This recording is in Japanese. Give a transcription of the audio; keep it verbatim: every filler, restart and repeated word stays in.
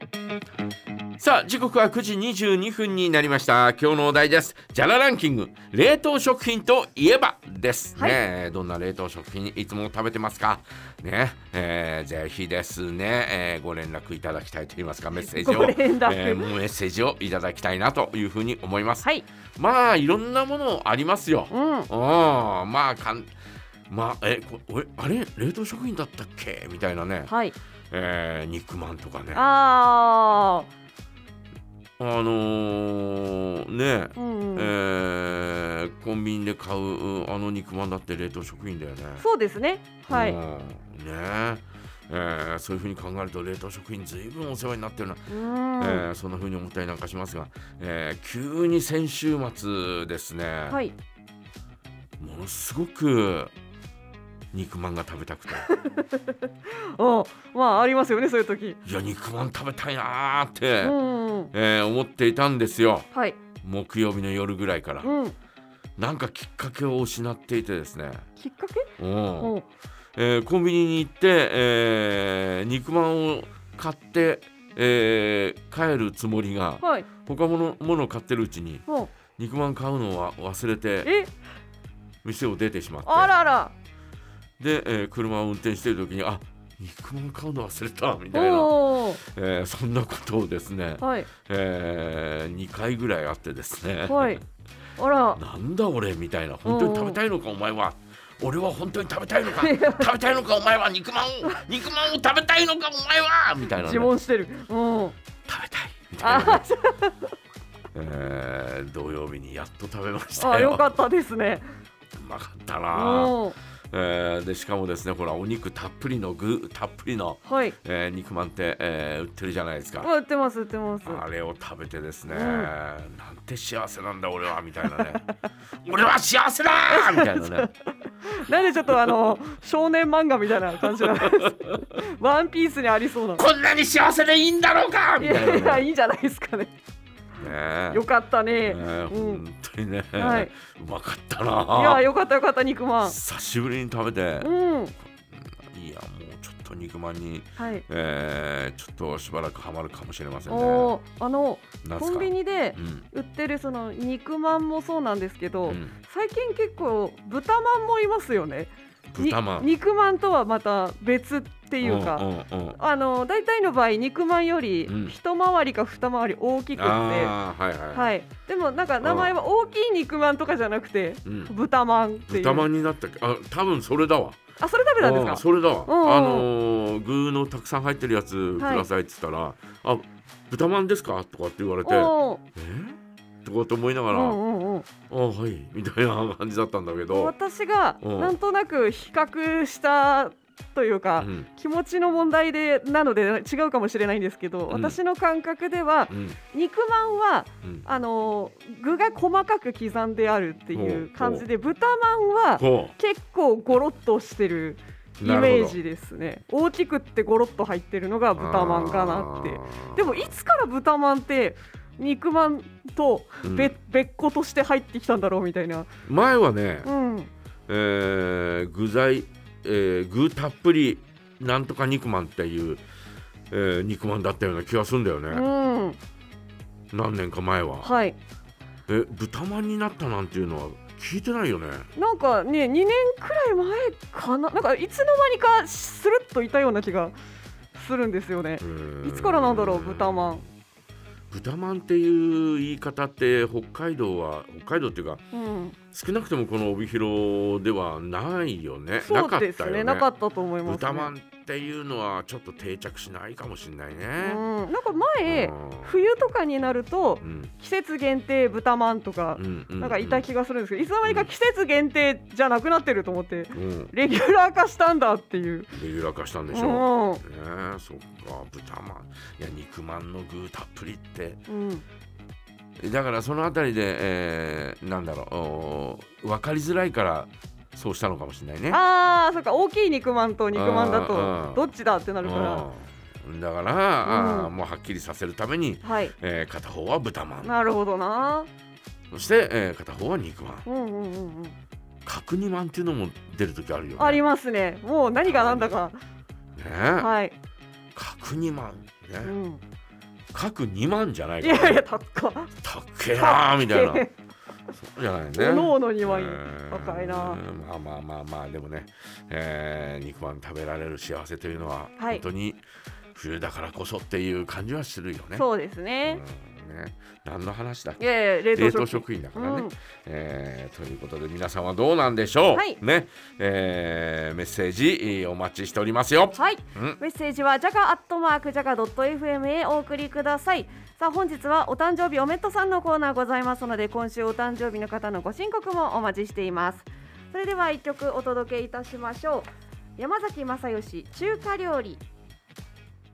さあ時刻はくじにじゅうにふんになりました。今日のお題です。ジャラランキング、冷凍食品といえばですね、はい、どんな冷凍食品いつも食べてますかね、えー、ぜひですね、えー、ご連絡いただきたいと言いますか、メッセージを、えー、メッセージをいただきたいなというふうに思います、はい、まあいろんなものありますよ、うん、おまあかんまあえこあれ冷凍食品だったっけみたいなね、はい、えー、肉まんとかね、あーあのー、ね、うんうん、えー、コンビニで買うあの肉まんだって冷凍食品だよね。 そうですね、はい、 うんねえー、そういう風に考えると冷凍食品ずいぶんお世話になってるな、うん、えー、そんな風に思ったりなんかしますが、えー、急に先週末ですね、はい、ものすごく肉まんが食べたくてあまあありますよねそういう時。 いや肉まん食べたいなーって、うんうんえー、思っていたんですよ、はい、木曜日の夜ぐらいから、うん、なんかきっかけを失っていてですね。 きっかけ、うんうんえー、コンビニに行って、えー、肉まんを買って、えー、帰るつもりが、はい、他のものを買ってるうちに、うん、肉まん買うのは忘れて店を出てしまって、 あららで、えー、車を運転している時にあ肉まん買うの忘れたみたいな、えー、そんなことをですね、はいえー、にかいぐらいあってですね、はい、あらなんだ俺みたいな、本当に食べたいのかお前は、俺は本当に食べたいのか食べたいのかお前は、肉まんを肉まんを食べたいのかお前はみたいな、ね、 自問してる、うん、 食べたいみたいな、ねえー、土曜日にやっと食べましたよ。 あよかったですね。 うまかったな、えー、でしかもですねほらお肉たっぷりの具たっぷりの、はいえー、肉まんって、えー、売ってるじゃないですか。 売ってます売ってます。 あれを食べてですね、うん、なんて幸せなんだ俺はみたいなね俺は幸せだみたいなねなんでちょっとあの少年漫画みたいな感じなんですワンピースにありそうな、 こんなに幸せでいいんだろうかみたいな、ね、 いやいいんじゃないですかね。ねよかったね、ね、うん、 本当にね、はい、うまかったな。 いやよかったよかった肉まん久しぶりに食べて、うん、いやもうちょっと肉まんに、はいえー、ちょっとしばらくハマるかもしれませんね。 おあのコンビニで売ってるその肉まんもそうなんですけど、うん、最近結構豚まんもいますよね。 豚まん肉まんとはまた別っていうか、うんうんうん、あの大体の場合肉まんより一回りか二回り大きくって、うんはいはいはい、でもなんか名前は大きい肉まんとかじゃなくて、うん、豚まんっていう豚まんになったっけ。あ多分それだわ。 あそれ食べたんですか。 それだわ、うんうん、あのー、具のたくさん入ってるやつくださいって言ったら、はい、あ豚まんですかとかって言われてえとかって思いながら、うんうんうん、あはいみたいな感じだったんだけど、 私がなんとなく比較したというか、うん、気持ちの問題でなので違うかもしれないんですけど、うん、私の感覚では、うん、肉まんは、うん、あの具が細かく刻んであるっていう感じで、豚まんは結構ゴロッとしてるイメージですね。大きくってゴロッと入ってるのが豚まんかなって。でもいつから豚まんって肉まんと 別,、うん、別個として入ってきたんだろうみたいな。 前はね、うんえー、具材えー、具たっぷりなんとか肉まんっていう、えー、肉まんだったような気がするんだよね、うん、何年か前は、はい、え豚まんになったなんていうのは聞いてないよね。 なんかねにねんくらい前かな、なんかいつの間にかスルッといたような気がするんですよね。いつからなんだろう豚まん。 豚まんっていう言い方って北海道は北海道っていうか、うん、少なくともこの帯広ではないよね。 そうですね、なかったと思いますね。 豚まんっていうのはちょっと定着しないかもしれないね。 うんなんか前冬とかになると、うん、季節限定豚まんとか、うんうんうん、なんかいた気がするんですけど、いつの間にか季節限定じゃなくなってると思って、うん、レギュラー化したんだっていう。 レギュラー化したんでしょう、ね、そっか豚まんいや肉まんの具たっぷりって、うん、だからそのあたりで、えー、なんだろう分かりづらいからそうしたのかもしれないね。 ああ、そっか大きい肉まんと肉まんだとどっちだってなるから。 だから、うん、もうはっきりさせるために、はいえー、片方は豚まん。 なるほどな。 そして、えー、片方は肉まん。うんうんうんうん。角煮まんっていうのも出るときあるよね。 ありますね。もう何が何だか。 ね。はい。角煮まんね。うん各にまんじゃないかいやいや高っ高えなーみたいなそうじゃないね。 おのおのにまん高いな。 まあまあまあまあでもね、えー、肉まん食べられる幸せというのは、はい、本当に冬だからこそっていう感じはするよね。 そうですね。 うんね、何の話だっけ。 いやいや冷凍食品だからね、うんえー、ということで皆さんはどうなんでしょう、はいねえー、メッセージお待ちしておりますよ。 はい、うん、メッセージはジャガアットマークジャガドットエフエムへお送りください。さあ本日はお誕生日おめっとさんのコーナーございますので、今週お誕生日の方のご申告もお待ちしています。それではいっきょくお届けいたしましょう。山崎正義中華料理。